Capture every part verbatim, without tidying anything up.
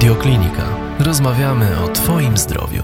Radioklinika. Rozmawiamy o Twoim zdrowiu.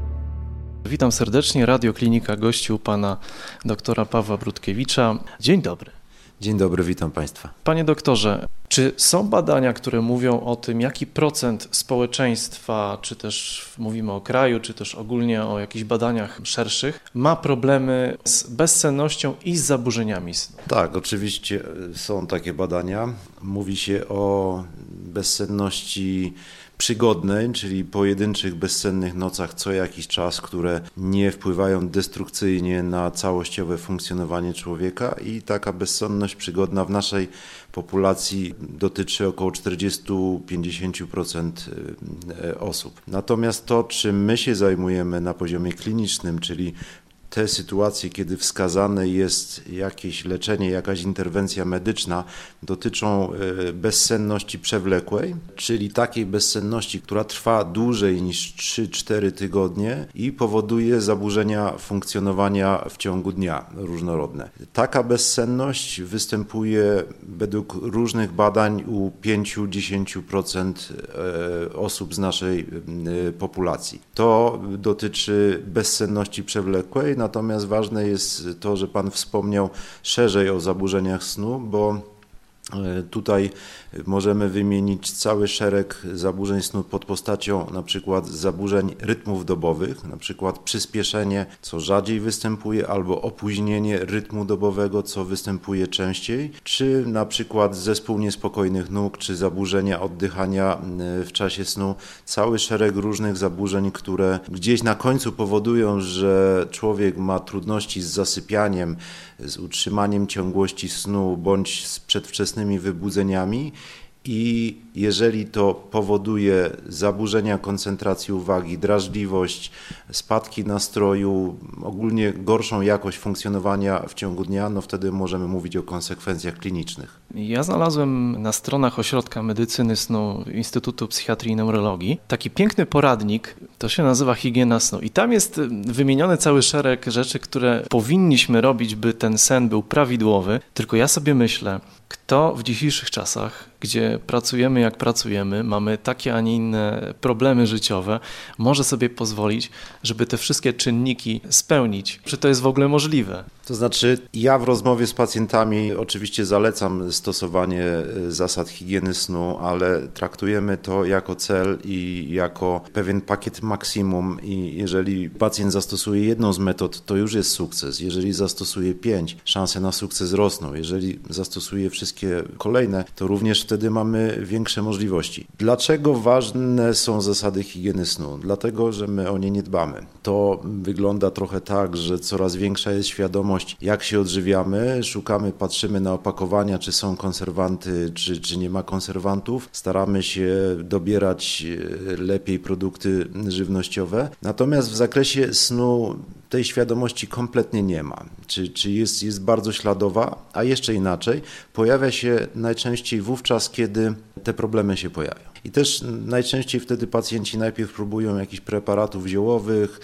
Witam serdecznie. Radioklinika gości u pana doktora Pawła Brudkiewicza. Dzień dobry. Dzień dobry, witam Państwa. Panie doktorze, czy są badania, które mówią o tym, jaki procent społeczeństwa, czy też mówimy o kraju, czy też ogólnie o jakichś badaniach szerszych, ma problemy z bezsennością i z zaburzeniami snu? Tak, oczywiście są takie badania. Mówi się o bezsenności przygodnej, czyli pojedynczych bezsennych nocach co jakiś czas, które nie wpływają destrukcyjnie na całościowe funkcjonowanie człowieka, i taka bezsenność przygodna w naszej populacji dotyczy około czterdzieści do pięćdziesięciu procent osób. Natomiast to, czym my się zajmujemy na poziomie klinicznym, czyli te sytuacje, kiedy wskazane jest jakieś leczenie, jakaś interwencja medyczna, dotyczą bezsenności przewlekłej, czyli takiej bezsenności, która trwa dłużej niż trzy cztery tygodnie i powoduje zaburzenia funkcjonowania w ciągu dnia różnorodne. Taka bezsenność występuje według różnych badań u pięć do dziesięciu procent osób z naszej populacji. To dotyczy bezsenności przewlekłej. Natomiast ważne jest to, że Pan wspomniał szerzej o zaburzeniach snu, bo tutaj możemy wymienić cały szereg zaburzeń snu pod postacią na przykład zaburzeń rytmów dobowych, na przykład przyspieszenie, co rzadziej występuje, albo opóźnienie rytmu dobowego, co występuje częściej, czy na przykład zespół niespokojnych nóg, czy zaburzenia oddychania w czasie snu. Cały szereg różnych zaburzeń, które gdzieś na końcu powodują, że człowiek ma trudności z zasypianiem, z utrzymaniem ciągłości snu bądź z przedwczesnymi wybudzeniami. I jeżeli to powoduje zaburzenia koncentracji uwagi, drażliwość, spadki nastroju, ogólnie gorszą jakość funkcjonowania w ciągu dnia, no wtedy możemy mówić o konsekwencjach klinicznych. Ja znalazłem na stronach Ośrodka Medycyny Snu Instytutu Psychiatrii i Neurologii taki piękny poradnik, to się nazywa Higiena snu, i tam jest wymieniony cały szereg rzeczy, które powinniśmy robić, by ten sen był prawidłowy. Tylko ja sobie myślę, kto w dzisiejszych czasach, gdzie pracujemy jak pracujemy, mamy takie, a nie inne problemy życiowe, może sobie pozwolić, żeby te wszystkie czynniki spełnić? Czy to jest w ogóle możliwe? To znaczy, ja w rozmowie z pacjentami oczywiście zalecam stosowanie zasad higieny snu, ale traktujemy to jako cel i jako pewien pakiet maksimum, i jeżeli pacjent zastosuje jedną z metod, to już jest sukces. Jeżeli zastosuje pięć, szanse na sukces rosną. Jeżeli zastosuje wszystkie kolejne, to również wtedy mamy większe możliwości. Dlaczego ważne są zasady higieny snu? Dlatego, że my o nie nie dbamy. To wygląda trochę tak, że coraz większa jest świadomość, jak się odżywiamy, szukamy, patrzymy na opakowania, czy są konserwanty, czy, czy nie ma konserwantów. Staramy się dobierać lepiej produkty żywnościowe. Natomiast w zakresie snu tej świadomości kompletnie nie ma. Czy, czy jest, jest bardzo śladowa, a jeszcze inaczej, pojawia się najczęściej wówczas, kiedy te problemy się pojawią. I też najczęściej wtedy pacjenci najpierw próbują jakichś preparatów ziołowych,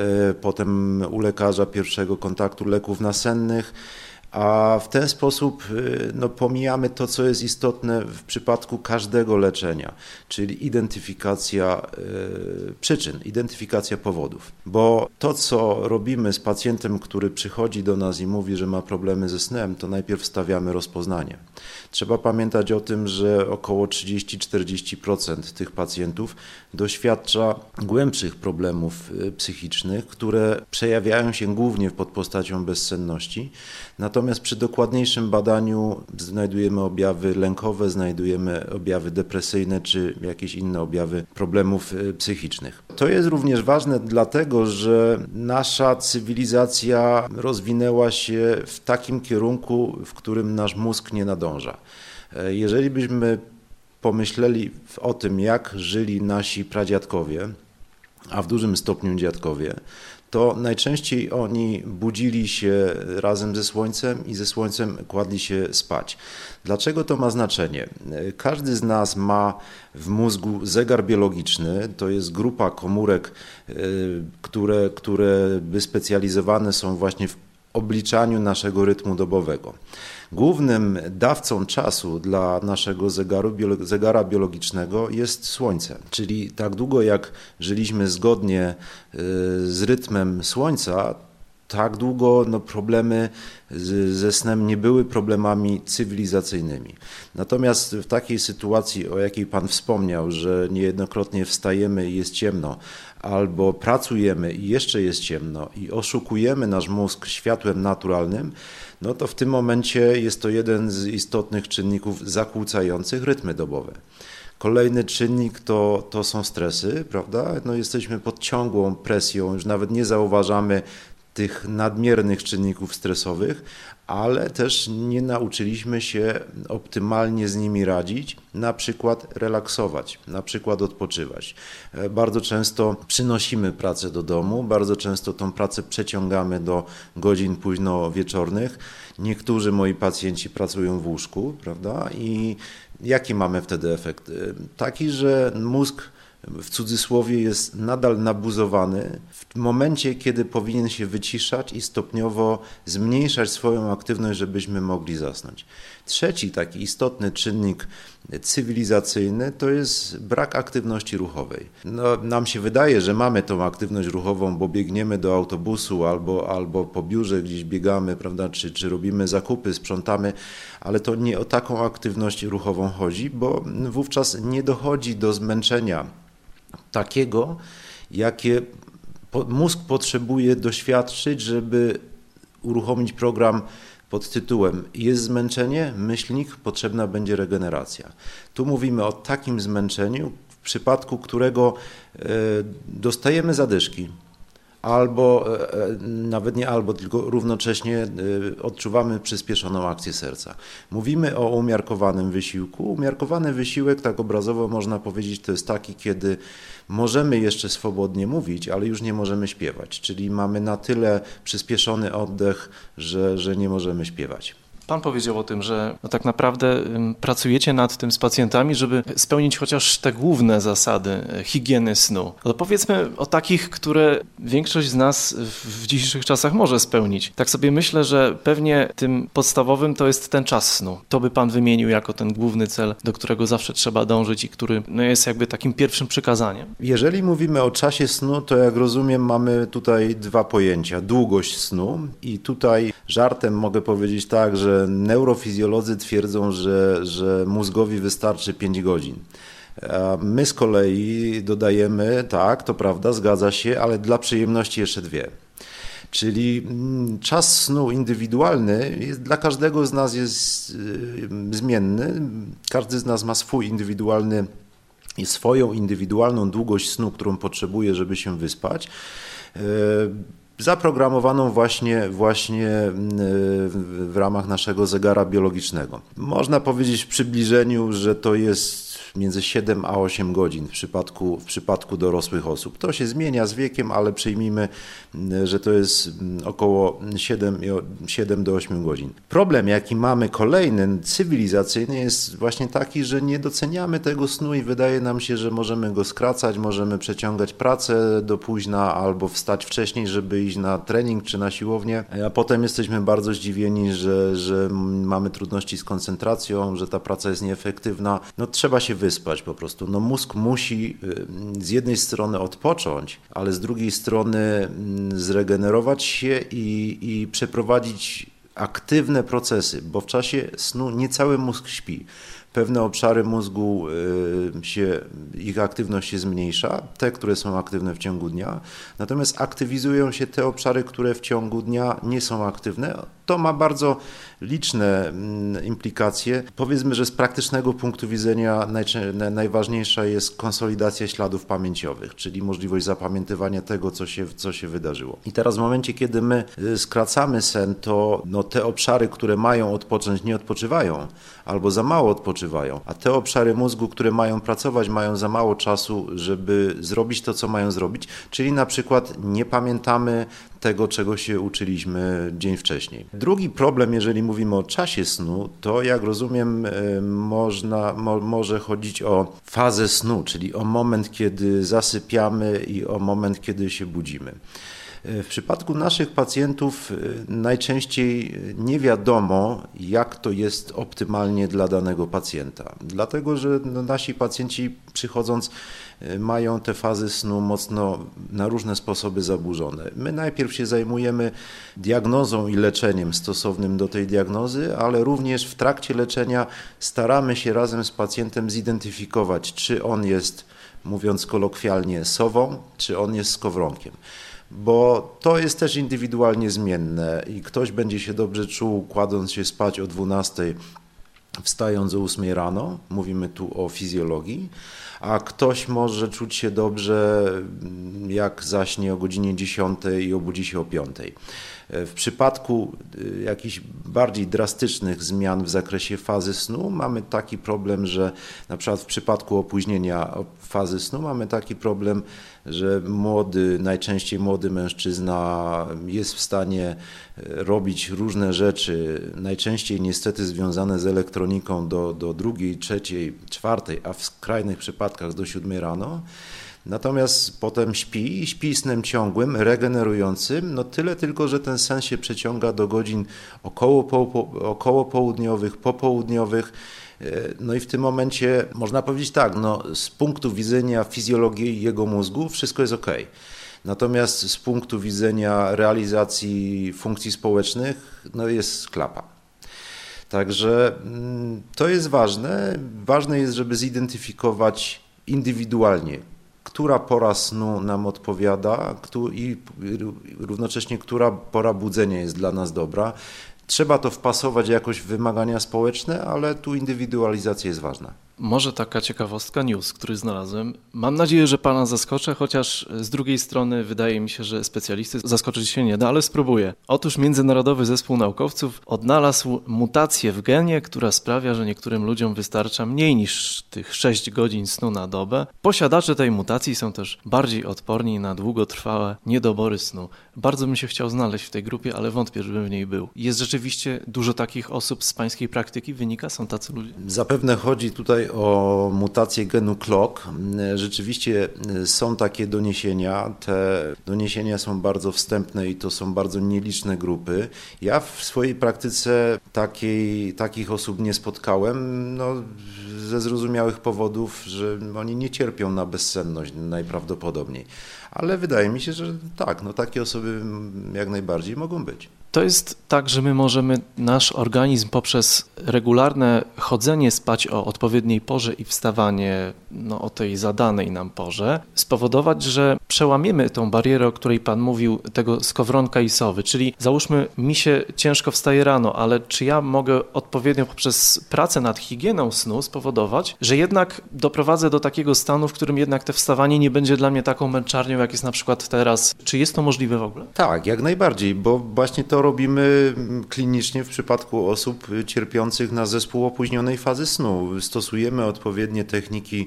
potem u lekarza pierwszego kontaktu leków nasennych, a w ten sposób no, pomijamy to, co jest istotne w przypadku każdego leczenia, czyli identyfikacja y, przyczyn, identyfikacja powodów. Bo to, co robimy z pacjentem, który przychodzi do nas i mówi, że ma problemy ze snem, to najpierw stawiamy rozpoznanie. Trzeba pamiętać o tym, że około trzydzieści do czterdziestu procent tych pacjentów doświadcza głębszych problemów psychicznych, które przejawiają się głównie pod postacią bezsenności. Natomiast przy dokładniejszym badaniu znajdujemy objawy lękowe, znajdujemy objawy depresyjne czy jakieś inne objawy problemów psychicznych. To jest również ważne dlatego, że nasza cywilizacja rozwinęła się w takim kierunku, w którym nasz mózg nie nadąża. Jeżeli byśmy pomyśleli o tym, jak żyli nasi pradziadkowie, a w dużym stopniu dziadkowie, to najczęściej oni budzili się razem ze słońcem i ze słońcem kładli się spać. Dlaczego to ma znaczenie? Każdy z nas ma w mózgu zegar biologiczny, to jest grupa komórek, które, które wyspecjalizowane są właśnie w obliczaniu naszego rytmu dobowego. Głównym dawcą czasu dla naszego zegaru, zegara biologicznego jest Słońce, czyli tak długo jak żyliśmy zgodnie z rytmem Słońca, tak długo no, problemy z, ze snem nie były problemami cywilizacyjnymi. Natomiast w takiej sytuacji, o jakiej Pan wspomniał, że niejednokrotnie wstajemy i jest ciemno, albo pracujemy i jeszcze jest ciemno i oszukujemy nasz mózg światłem naturalnym, no to w tym momencie jest to jeden z istotnych czynników zakłócających rytmy dobowe. Kolejny czynnik to, to są stresy, prawda? No jesteśmy pod ciągłą presją, już nawet nie zauważamy tych nadmiernych czynników stresowych, ale też nie nauczyliśmy się optymalnie z nimi radzić, na przykład relaksować, na przykład odpoczywać. Bardzo często przynosimy pracę do domu, bardzo często tą pracę przeciągamy do godzin późno wieczornych. Niektórzy moi pacjenci pracują w łóżku, prawda? I jaki mamy wtedy efekt? Taki, że mózg w cudzysłowie jest nadal nabuzowany w momencie, kiedy powinien się wyciszać i stopniowo zmniejszać swoją aktywność, żebyśmy mogli zasnąć. Trzeci taki istotny czynnik cywilizacyjny to jest brak aktywności ruchowej. No, nam się wydaje, że mamy tą aktywność ruchową, bo biegniemy do autobusu albo, albo po biurze gdzieś biegamy, prawda, czy, czy robimy zakupy, sprzątamy, ale to nie o taką aktywność ruchową chodzi, bo wówczas nie dochodzi do zmęczenia takiego, jakie mózg potrzebuje doświadczyć, żeby uruchomić program pod tytułem jest zmęczenie, myślnik, potrzebna będzie regeneracja. Tu mówimy o takim zmęczeniu, w przypadku którego dostajemy zadyszki, albo nawet nie albo, tylko równocześnie odczuwamy przyspieszoną akcję serca. Mówimy o umiarkowanym wysiłku. Umiarkowany wysiłek, tak obrazowo można powiedzieć, to jest taki, kiedy możemy jeszcze swobodnie mówić, ale już nie możemy śpiewać, czyli mamy na tyle przyspieszony oddech, że, że nie możemy śpiewać. Pan powiedział o tym, że no tak naprawdę pracujecie nad tym z pacjentami, żeby spełnić chociaż te główne zasady higieny snu. No powiedzmy o takich, które większość z nas w dzisiejszych czasach może spełnić. Tak sobie myślę, że pewnie tym podstawowym to jest ten czas snu. To by Pan wymienił jako ten główny cel, do którego zawsze trzeba dążyć i który no jest jakby takim pierwszym przykazaniem. Jeżeli mówimy o czasie snu, to jak rozumiem mamy tutaj dwa pojęcia. Długość snu i tutaj żartem mogę powiedzieć tak, że neurofizjolodzy twierdzą, że, że mózgowi wystarczy pięć godzin. A my z kolei dodajemy, tak, to prawda, zgadza się, ale dla przyjemności jeszcze dwie. Czyli czas snu indywidualny jest, dla każdego z nas jest zmienny. Każdy z nas ma swój indywidualny i swoją indywidualną długość snu, którą potrzebuje, żeby się wyspać. Zaprogramowaną właśnie, właśnie w ramach naszego zegara biologicznego. Można powiedzieć w przybliżeniu, że to jest między siedem a osiem godzin w przypadku, w przypadku dorosłych osób. To się zmienia z wiekiem, ale przyjmijmy, że to jest około siedem do ośmiu godzin. Problem, jaki mamy kolejny, cywilizacyjny, jest właśnie taki, że nie doceniamy tego snu i wydaje nam się, że możemy go skracać, możemy przeciągać pracę do późna albo wstać wcześniej, żeby iść na trening czy na siłownię, a potem jesteśmy bardzo zdziwieni, że, że mamy trudności z koncentracją, że ta praca jest nieefektywna. No trzeba się wyspać po prostu. No mózg musi z jednej strony odpocząć, ale z drugiej strony zregenerować się i, i przeprowadzić aktywne procesy, bo w czasie snu nie cały mózg śpi. Pewne obszary mózgu się, ich aktywność się zmniejsza, te, które są aktywne w ciągu dnia, natomiast aktywizują się te obszary, które w ciągu dnia nie są aktywne. To ma bardzo liczne implikacje. Powiedzmy, że z praktycznego punktu widzenia najważniejsza jest konsolidacja śladów pamięciowych, czyli możliwość zapamiętywania tego, co się, co się wydarzyło. I teraz w momencie, kiedy my skracamy sen, to no, te obszary, które mają odpocząć, nie odpoczywają albo za mało odpoczywają, a te obszary mózgu, które mają pracować, mają za mało czasu, żeby zrobić to, co mają zrobić, czyli na przykład nie pamiętamy tego, czego się uczyliśmy dzień wcześniej. Drugi problem, jeżeli mówimy o czasie snu, to jak rozumiem można, mo, może chodzić o fazę snu, czyli o moment, kiedy zasypiamy i o moment, kiedy się budzimy. W przypadku naszych pacjentów najczęściej nie wiadomo, jak to jest optymalnie dla danego pacjenta. Dlatego, że nasi pacjenci przychodząc mają te fazy snu mocno na różne sposoby zaburzone. My najpierw się zajmujemy diagnozą i leczeniem stosownym do tej diagnozy, ale również w trakcie leczenia staramy się razem z pacjentem zidentyfikować, czy on jest, mówiąc kolokwialnie, sową, czy on jest skowronkiem. Bo to jest też indywidualnie zmienne i ktoś będzie się dobrze czuł, kładąc się spać o dwunastej, wstając o ósmej rano, mówimy tu o fizjologii, a ktoś może czuć się dobrze, jak zaśnie o godzinie dziesiątej i obudzi się o piątej. W przypadku jakichś bardziej drastycznych zmian w zakresie fazy snu mamy taki problem, że na przykład w przypadku opóźnienia fazy snu mamy taki problem, że młody, najczęściej młody mężczyzna jest w stanie robić różne rzeczy, najczęściej niestety związane z elektroniką do, do drugiej, trzeciej, czwartej, a w skrajnych przypadkach do siódmej rano. Natomiast potem śpi, śpi snem ciągłym, regenerującym, no tyle tylko, że ten sen się przeciąga do godzin około, po, około południowych, popołudniowych. No i w tym momencie można powiedzieć tak, no z punktu widzenia fizjologii jego mózgu wszystko jest ok. Natomiast z punktu widzenia realizacji funkcji społecznych, no jest klapa. Także to jest ważne. Ważne jest, żeby zidentyfikować indywidualnie, która pora snu nam odpowiada i równocześnie która pora budzenia jest dla nas dobra. Trzeba to wpasować jakoś w wymagania społeczne, ale tu indywidualizacja jest ważna. Może taka ciekawostka, news, który znalazłem. Mam nadzieję, że Pana zaskoczę, chociaż z drugiej strony wydaje mi się, że specjalisty zaskoczyć się nie da, ale spróbuję. Otóż Międzynarodowy Zespół Naukowców odnalazł mutację w genie, która sprawia, że niektórym ludziom wystarcza mniej niż tych sześć godzin snu na dobę. Posiadacze tej mutacji są też bardziej odporni na długotrwałe niedobory snu. Bardzo bym się chciał znaleźć w tej grupie, ale wątpię, żebym w niej był. Jest rzeczywiście dużo takich osób z Pańskiej praktyki wynika? Są tacy ludzie? Zapewne chodzi tutaj o mutację genu C L O K. Rzeczywiście są takie doniesienia. Te doniesienia są bardzo wstępne i to są bardzo nieliczne grupy. Ja w swojej praktyce takiej, takich osób nie spotkałem, no, ze zrozumiałych powodów, że oni nie cierpią na bezsenność najprawdopodobniej. Ale wydaje mi się, że tak, no takie osoby jak najbardziej mogą być. To jest tak, że my możemy nasz organizm poprzez regularne chodzenie spać o odpowiedniej porze i wstawanie no, o tej zadanej nam porze spowodować, że przełamiemy tą barierę, o której Pan mówił, tego skowronka i sowy. Czyli załóżmy, mi się ciężko wstaje rano, ale czy ja mogę odpowiednio poprzez pracę nad higieną snu spowodować, że jednak doprowadzę do takiego stanu, w którym jednak te wstawanie nie będzie dla mnie taką męczarnią, jak jest na przykład teraz. Czy jest to możliwe w ogóle? Tak, jak najbardziej, bo właśnie to robimy klinicznie w przypadku osób cierpiących na zespół opóźnionej fazy snu. Stosujemy odpowiednie techniki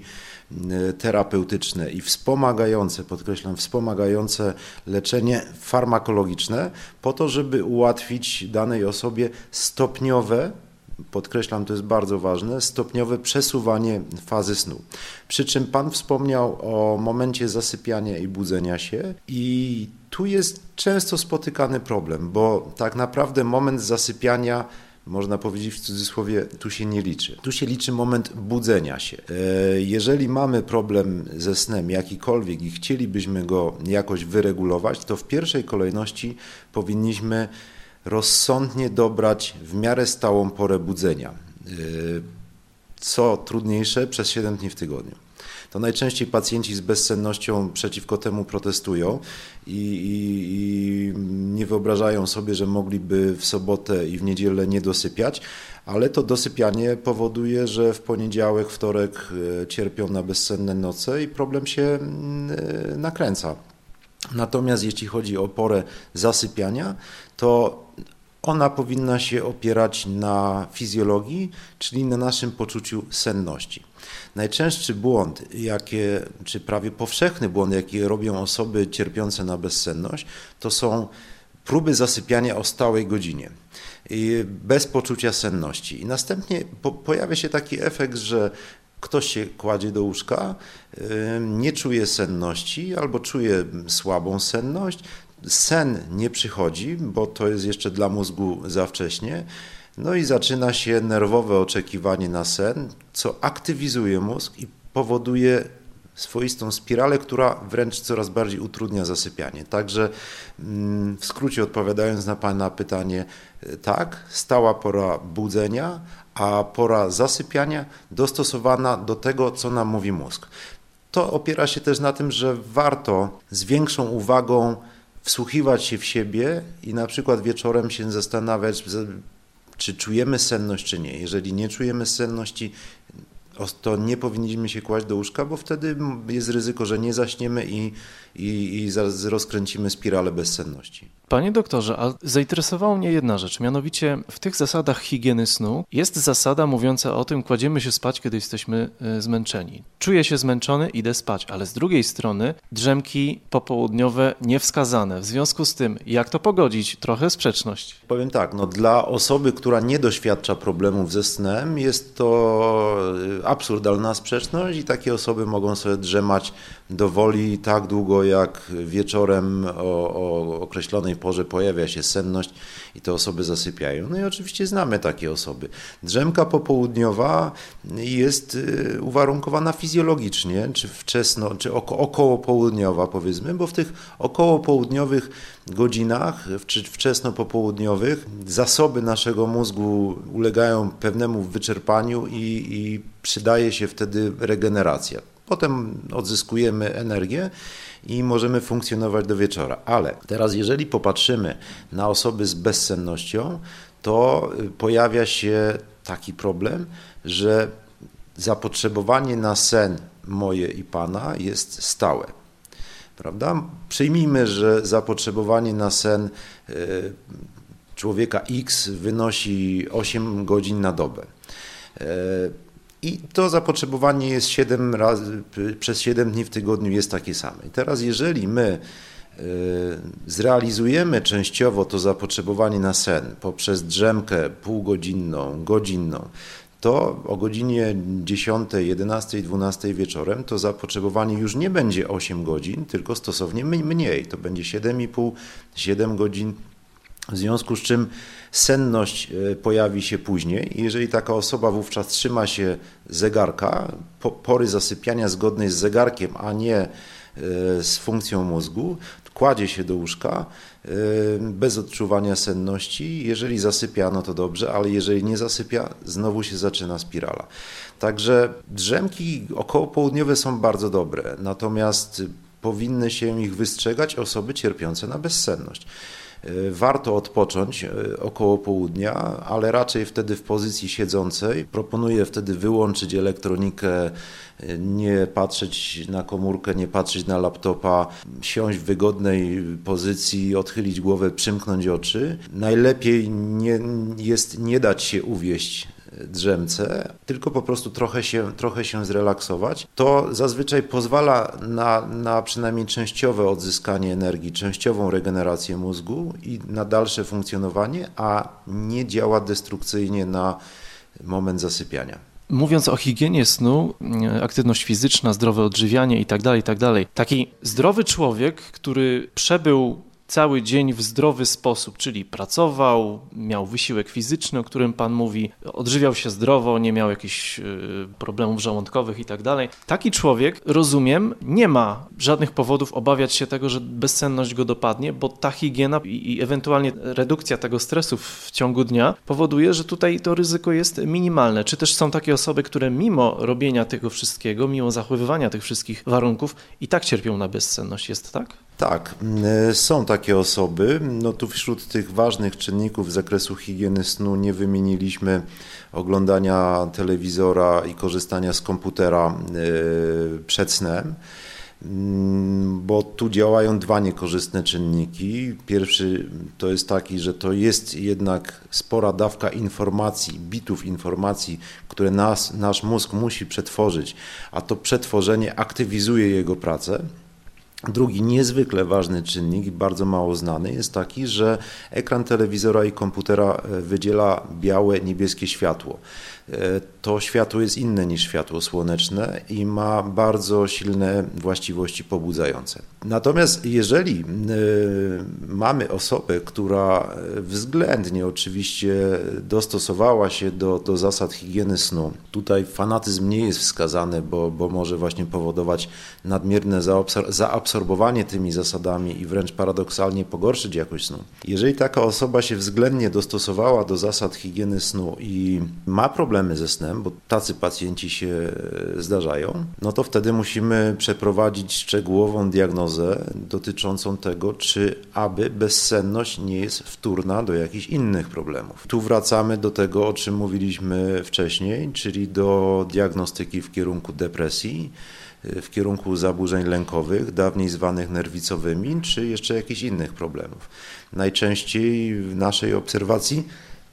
terapeutyczne i wspomagające, podkreślam, wspomagające leczenie farmakologiczne po to, żeby ułatwić danej osobie stopniowe, podkreślam, to jest bardzo ważne, stopniowe przesuwanie fazy snu. Przy czym Pan wspomniał o momencie zasypiania i budzenia się i tu jest często spotykany problem, bo tak naprawdę moment zasypiania, można powiedzieć w cudzysłowie, tu się nie liczy. Tu się liczy moment budzenia się. Jeżeli mamy problem ze snem jakikolwiek i chcielibyśmy go jakoś wyregulować, to w pierwszej kolejności powinniśmy rozsądnie dobrać w miarę stałą porę budzenia. Co trudniejsze, przez siedem dni w tygodniu. To najczęściej pacjenci z bezsennością przeciwko temu protestują i, i, i nie wyobrażają sobie, że mogliby w sobotę i w niedzielę nie dosypiać, ale to dosypianie powoduje, że w poniedziałek, wtorek cierpią na bezsenne noce i problem się nakręca. Natomiast jeśli chodzi o porę zasypiania, to ona powinna się opierać na fizjologii, czyli na naszym poczuciu senności. Najczęstszy błąd, jakie, czy prawie powszechny błąd, jaki robią osoby cierpiące na bezsenność, to są próby zasypiania o stałej godzinie, bez poczucia senności. I następnie po, pojawia się taki efekt, że ktoś się kładzie do łóżka, nie czuje senności albo czuje słabą senność, sen nie przychodzi, bo to jest jeszcze dla mózgu za wcześnie. No i zaczyna się nerwowe oczekiwanie na sen, co aktywizuje mózg i powoduje swoistą spiralę, która wręcz coraz bardziej utrudnia zasypianie. Także w skrócie odpowiadając na Pana pytanie, tak, stała pora budzenia, a pora zasypiania dostosowana do tego, co nam mówi mózg. To opiera się też na tym, że warto z większą uwagą wsłuchiwać się w siebie i na przykład wieczorem się zastanawiać, czy czujemy senność, czy nie. Jeżeli nie czujemy senności, to nie powinniśmy się kłaść do łóżka, bo wtedy jest ryzyko, że nie zaśniemy i, i, i rozkręcimy spiralę bezsenności. Panie doktorze, a zainteresowała mnie jedna rzecz, mianowicie w tych zasadach higieny snu jest zasada mówiąca o tym, kładziemy się spać, kiedy jesteśmy zmęczeni. Czuję się zmęczony, idę spać, ale z drugiej strony drzemki popołudniowe niewskazane. W związku z tym, jak to pogodzić? Trochę sprzeczność. Powiem tak, no dla osoby, która nie doświadcza problemów ze snem, jest to absurdalna sprzeczność i takie osoby mogą sobie drzemać do woli tak długo, jak wieczorem o, o określonej porze pojawia się senność i te osoby zasypiają. No i oczywiście znamy takie osoby. Drzemka popołudniowa jest uwarunkowana fizjologicznie, czy wczesno, czy oko, okołopołudniowa powiedzmy, bo w tych okołopołudniowych godzinach, czy wczesnopopołudniowych zasoby naszego mózgu ulegają pewnemu wyczerpaniu i, i przydaje się wtedy regeneracja. Potem odzyskujemy energię i możemy funkcjonować do wieczora. Ale teraz jeżeli popatrzymy na osoby z bezsennością, to pojawia się taki problem, że zapotrzebowanie na sen moje i Pana jest stałe. Prawda? Przyjmijmy, że zapotrzebowanie na sen człowieka X wynosi osiem godzin na dobę. I to zapotrzebowanie jest siedem razy, przez siedem dni w tygodniu jest takie same. I teraz jeżeli my zrealizujemy częściowo to zapotrzebowanie na sen poprzez drzemkę półgodzinną, godzinną, to o godzinie dziesiątej, jedenastej, dwunastej wieczorem to zapotrzebowanie już nie będzie osiem godzin, tylko stosownie mniej. To będzie siedem i pół, siedem godzin. W związku z czym senność pojawi się później. Jeżeli taka osoba wówczas trzyma się zegarka, pory zasypiania zgodnej z zegarkiem, a nie z funkcją mózgu, kładzie się do łóżka bez odczuwania senności. Jeżeli zasypia, no to dobrze, ale jeżeli nie zasypia, znowu się zaczyna spirala. Także drzemki okołopołudniowe są bardzo dobre, natomiast powinny się ich wystrzegać osoby cierpiące na bezsenność. Warto odpocząć około południa, ale raczej wtedy w pozycji siedzącej. Proponuję wtedy wyłączyć elektronikę, nie patrzeć na komórkę, nie patrzeć na laptopa, siąść w wygodnej pozycji, odchylić głowę, przymknąć oczy. Najlepiej nie, jest nie dać się uwieść drzemce, tylko po prostu trochę się, trochę się zrelaksować. To zazwyczaj pozwala na, na przynajmniej częściowe odzyskanie energii, częściową regenerację mózgu i na dalsze funkcjonowanie, a nie działa destrukcyjnie na moment zasypiania. Mówiąc o higienie snu, aktywność fizyczna, zdrowe odżywianie i tak dalej, i tak dalej. Taki zdrowy człowiek, który przebył cały dzień w zdrowy sposób, czyli pracował, miał wysiłek fizyczny, o którym Pan mówi, odżywiał się zdrowo, nie miał jakichś problemów żołądkowych i tak dalej. Taki człowiek, rozumiem, nie ma żadnych powodów obawiać się tego, że bezsenność go dopadnie, bo ta higiena i ewentualnie redukcja tego stresu w ciągu dnia powoduje, że tutaj to ryzyko jest minimalne. Czy też są takie osoby, które mimo robienia tego wszystkiego, mimo zachowywania tych wszystkich warunków i tak cierpią na bezsenność, jest tak? Tak, są takie osoby. No tu wśród tych ważnych czynników z zakresu higieny snu nie wymieniliśmy oglądania telewizora i korzystania z komputera przed snem, bo tu działają dwa niekorzystne czynniki. Pierwszy to jest taki, że to jest jednak spora dawka informacji, bitów informacji, które nas, nasz mózg musi przetworzyć, a to przetworzenie aktywizuje jego pracę. Drugi niezwykle ważny czynnik, bardzo mało znany, jest taki, że ekran telewizora i komputera wydziela białe, niebieskie światło. To światło jest inne niż światło słoneczne i ma bardzo silne właściwości pobudzające. Natomiast jeżeli mamy osobę, która względnie oczywiście dostosowała się do, do zasad higieny snu, tutaj fanatyzm nie jest wskazany, bo, bo może właśnie powodować nadmierne zaabsorbowanie tymi zasadami i wręcz paradoksalnie pogorszyć jakość snu. Jeżeli taka osoba się względnie dostosowała do zasad higieny snu i ma problemy ze snem, bo tacy pacjenci się zdarzają, no to wtedy musimy przeprowadzić szczegółową diagnozę dotyczącą tego, czy aby bezsenność nie jest wtórna do jakichś innych problemów. Tu wracamy do tego, o czym mówiliśmy wcześniej, czyli do diagnostyki w kierunku depresji, w kierunku zaburzeń lękowych, dawniej zwanych nerwicowymi, czy jeszcze jakichś innych problemów. Najczęściej w naszej obserwacji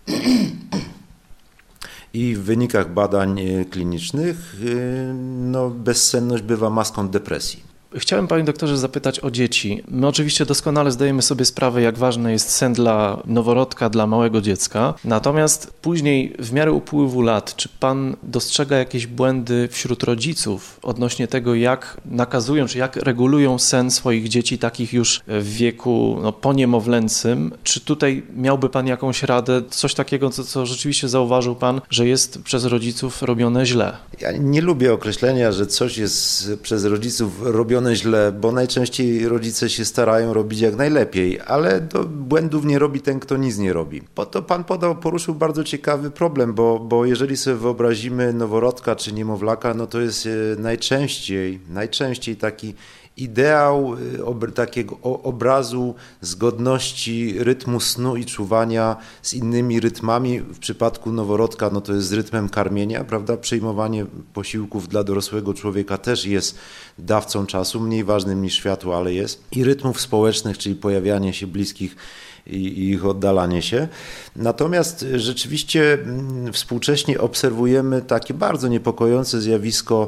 i w wynikach badań klinicznych no, bezsenność bywa maską depresji. Chciałem, panie doktorze, zapytać o dzieci. My oczywiście doskonale zdajemy sobie sprawę, jak ważny jest sen dla noworodka, dla małego dziecka. Natomiast później, w miarę upływu lat, czy pan dostrzega jakieś błędy wśród rodziców odnośnie tego, jak nakazują, czy jak regulują sen swoich dzieci, takich już w wieku no, poniemowlęcym? Czy tutaj miałby pan jakąś radę, coś takiego, co, co rzeczywiście zauważył pan, że jest przez rodziców robione źle? Ja nie lubię określenia, że coś jest przez rodziców robione źle, bo najczęściej rodzice się starają robić jak najlepiej, ale do błędów nie robi ten, kto nic nie robi. Po to pan podał, poruszył bardzo ciekawy problem, bo, bo jeżeli sobie wyobrazimy noworodka czy niemowlaka, no to jest najczęściej, najczęściej taki ideał ob, takiego obrazu zgodności rytmu snu i czuwania z innymi rytmami. W przypadku noworodka no to jest z rytmem karmienia, prawda? Przyjmowanie posiłków dla dorosłego człowieka też jest dawcą czasu, mniej ważnym niż światło, ale jest. I rytmów społecznych, czyli pojawianie się bliskich i ich oddalanie się. Natomiast rzeczywiście współcześnie obserwujemy takie bardzo niepokojące zjawisko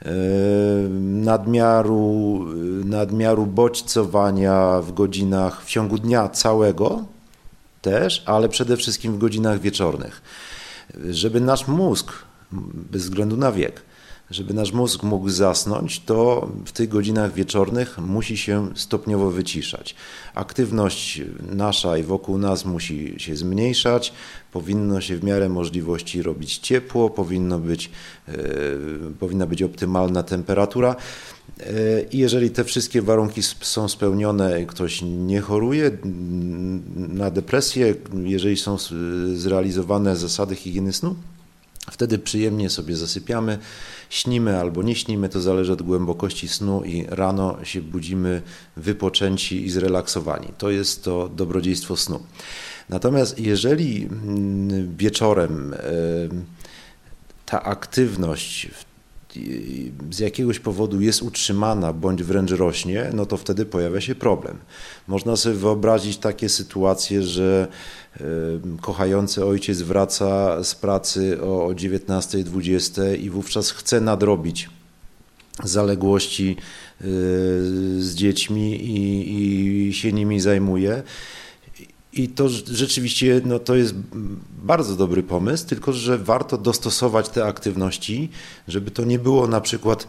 nadmiaru, nadmiaru bodźcowania w godzinach, w ciągu dnia całego też, ale przede wszystkim w godzinach wieczornych. Żeby nasz mózg, bez względu na wiek, żeby nasz mózg mógł zasnąć, to w tych godzinach wieczornych musi się stopniowo wyciszać. Aktywność nasza i wokół nas musi się zmniejszać, powinno się w miarę możliwości robić ciepło, powinno być, yy, powinna być optymalna temperatura. I jeżeli te wszystkie warunki są spełnione, ktoś nie choruje na depresję, jeżeli są zrealizowane zasady higieny snu, wtedy przyjemnie sobie zasypiamy, śnimy albo nie śnimy, to zależy od głębokości snu i rano się budzimy wypoczęci i zrelaksowani. To jest to dobrodziejstwo snu. Natomiast jeżeli wieczorem ta aktywność z jakiegoś powodu jest utrzymana bądź wręcz rośnie, no to wtedy pojawia się problem. Można sobie wyobrazić takie sytuacje, że kochający ojciec wraca z pracy o dziewiętnastej, dwudziestej i wówczas chce nadrobić zaległości z dziećmi i, i się nimi zajmuje. I to rzeczywiście no, to jest bardzo dobry pomysł, tylko że warto dostosować te aktywności, żeby to nie było na przykład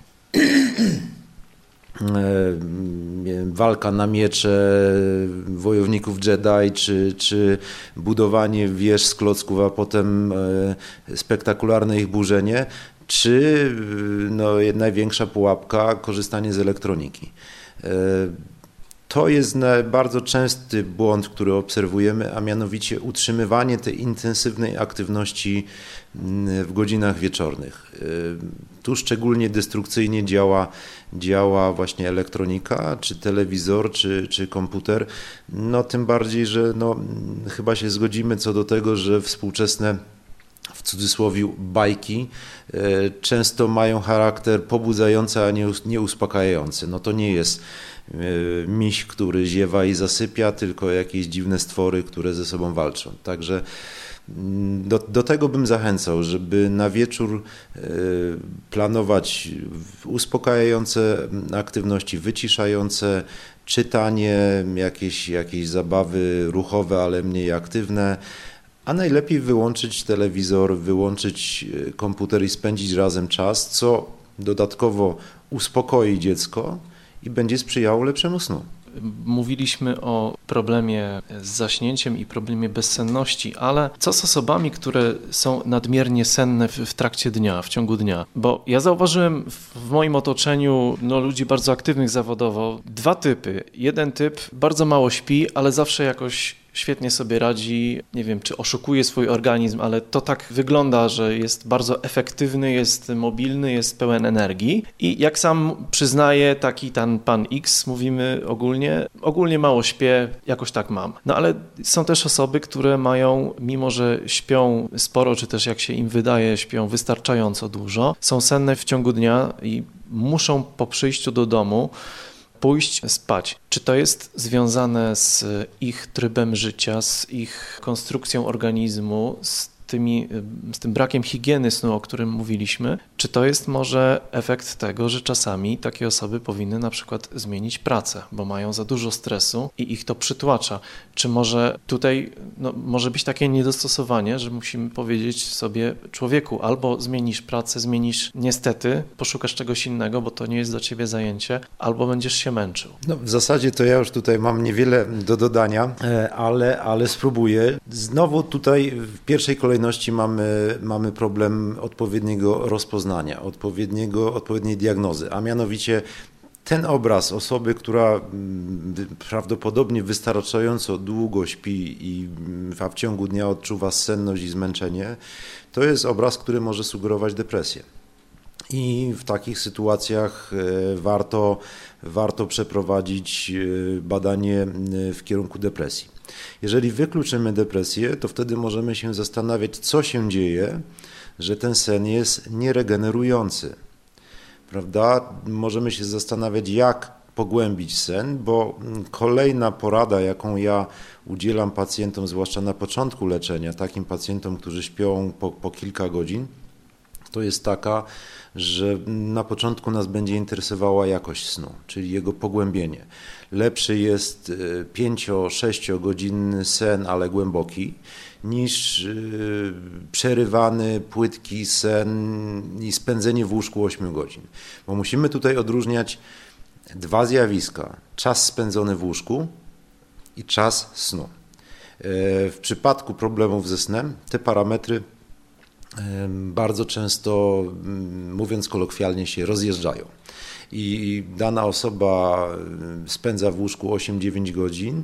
walka na miecze wojowników Jedi, czy, czy budowanie wież z klocków, a potem spektakularne ich burzenie, czy no, największa pułapka, korzystanie z elektroniki. To jest bardzo częsty błąd, który obserwujemy, a mianowicie utrzymywanie tej intensywnej aktywności w godzinach wieczornych. Tu szczególnie destrukcyjnie działa, działa właśnie elektronika, czy telewizor, czy, czy komputer. No tym bardziej, że no, chyba się zgodzimy co do tego, że współczesne w cudzysłowie bajki, często mają charakter pobudzający, a nie uspokajający. No to nie jest miś, który ziewa i zasypia, tylko jakieś dziwne stwory, które ze sobą walczą. Także do, do tego bym zachęcał, żeby na wieczór planować uspokajające aktywności, wyciszające, czytanie, jakieś, jakieś zabawy ruchowe, ale mniej aktywne, a najlepiej wyłączyć telewizor, wyłączyć komputer i spędzić razem czas, co dodatkowo uspokoi dziecko i będzie sprzyjało lepszemu snu. Mówiliśmy o problemie z zaśnięciem i problemie bezsenności, ale co z osobami, które są nadmiernie senne w, w trakcie dnia, w ciągu dnia? Bo ja zauważyłem w, w moim otoczeniu no, ludzi bardzo aktywnych zawodowo dwa typy. Jeden typ bardzo mało śpi, ale zawsze jakoś świetnie sobie radzi, nie wiem, czy oszukuje swój organizm, ale to tak wygląda, że jest bardzo efektywny, jest mobilny, jest pełen energii i jak sam przyznaje taki ten pan X, mówimy ogólnie, ogólnie mało śpię, jakoś tak mam. No ale są też osoby, które mają, mimo że śpią sporo, czy też jak się im wydaje, śpią wystarczająco dużo, są senne w ciągu dnia i muszą po przyjściu do domu pójść spać. Czy to jest związane z ich trybem życia, z ich konstrukcją organizmu, z, tymi, z tym brakiem higieny snu, o którym mówiliśmy? Czy to jest może efekt tego, że czasami takie osoby powinny na przykład zmienić pracę, bo mają za dużo stresu i ich to przytłacza? Czy może tutaj no, może być takie niedostosowanie, że musimy powiedzieć sobie, człowieku, albo zmienisz pracę, zmienisz niestety, poszukasz czegoś innego, bo to nie jest dla ciebie zajęcie, albo będziesz się męczył. No, w zasadzie to ja już tutaj mam niewiele do dodania, ale, ale spróbuję. Znowu tutaj w pierwszej kolejności mamy, mamy problem odpowiedniego rozpoznania, odpowiedniego, odpowiedniej diagnozy, a mianowicie ten obraz osoby, która prawdopodobnie wystarczająco długo śpi i a w ciągu dnia odczuwa senność i zmęczenie, to jest obraz, który może sugerować depresję. I w takich sytuacjach warto, warto przeprowadzić badanie w kierunku depresji. Jeżeli wykluczymy depresję, to wtedy możemy się zastanawiać, co się dzieje, że ten sen jest nieregenerujący. Prawda? Możemy się zastanawiać, jak pogłębić sen, bo kolejna porada, jaką ja udzielam pacjentom, zwłaszcza na początku leczenia, takim pacjentom, którzy śpią po, po kilka godzin, to jest taka, że na początku nas będzie interesowała jakość snu, czyli jego pogłębienie. Lepszy jest pięcio-sześciogodzinny sen, ale głęboki, niż przerywany, płytki sen i spędzenie w łóżku ośmiu godzin. Bo musimy tutaj odróżniać dwa zjawiska. Czas spędzony w łóżku i czas snu. W przypadku problemów ze snem te parametry bardzo często, mówiąc kolokwialnie, się rozjeżdżają. I dana osoba spędza w łóżku osiem-dziewięć godzin,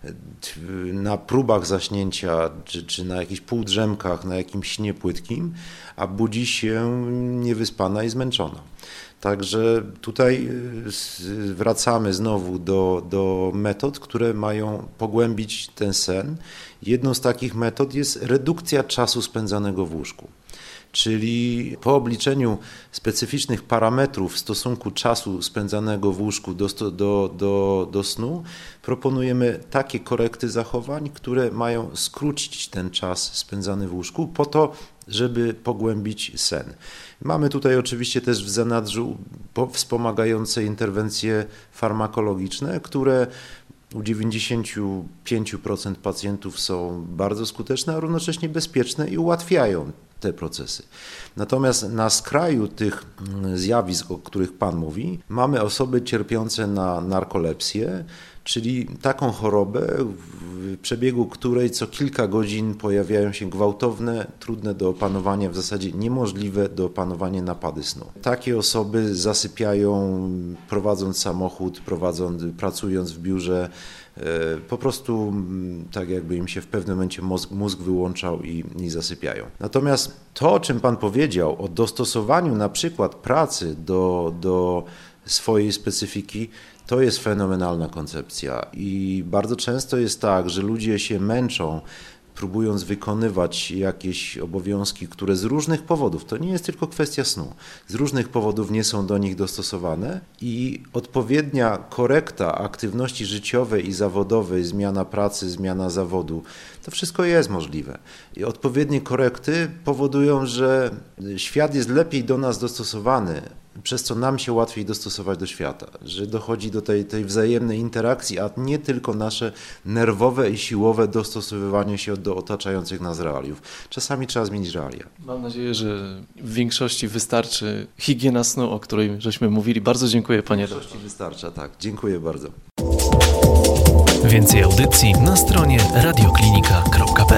na próbach zaśnięcia, czy, czy na jakichś półdrzemkach, na jakimś śnie płytkim, a budzi się niewyspana i zmęczona. Także tutaj wracamy znowu do, do metod, które mają pogłębić ten sen. Jedną z takich metod jest redukcja czasu spędzanego w łóżku. Czyli po obliczeniu specyficznych parametrów w stosunku czasu spędzanego w łóżku do, do, do, do snu proponujemy takie korekty zachowań, które mają skrócić ten czas spędzany w łóżku po to, żeby pogłębić sen. Mamy tutaj oczywiście też w zanadrzu wspomagające interwencje farmakologiczne, które u dziewięćdziesięciu pięciu procent pacjentów są bardzo skuteczne, a równocześnie bezpieczne i ułatwiają te procesy. Natomiast na skraju tych zjawisk, o których Pan mówi, mamy osoby cierpiące na narkolepsję, czyli taką chorobę, w przebiegu której co kilka godzin pojawiają się gwałtowne, trudne do opanowania, w zasadzie niemożliwe do opanowania napady snu. Takie osoby zasypiają prowadząc samochód, prowadząc, pracując w biurze, po prostu tak jakby im się w pewnym momencie mózg, mózg wyłączał i, i zasypiają. Natomiast to, o czym Pan powiedział, o dostosowaniu na przykład pracy do, do swojej specyfiki, to jest fenomenalna koncepcja i bardzo często jest tak, że ludzie się męczą próbując wykonywać jakieś obowiązki, które z różnych powodów, to nie jest tylko kwestia snu, z różnych powodów nie są do nich dostosowane i odpowiednia korekta aktywności życiowej i zawodowej, zmiana pracy, zmiana zawodu, to wszystko jest możliwe. I odpowiednie korekty powodują, że świat jest lepiej do nas dostosowany, przez co nam się łatwiej dostosować do świata, że dochodzi do tej, tej wzajemnej interakcji, a nie tylko nasze nerwowe i siłowe dostosowywanie się do otaczających nas realiów. Czasami trzeba zmienić realia. Mam nadzieję, że w większości wystarczy higiena snu, o której żeśmy mówili. Bardzo dziękuję, panie doktorze. W większości wystarcza, tak. Dziękuję bardzo. Więcej audycji na stronie radioklinika kropka p l.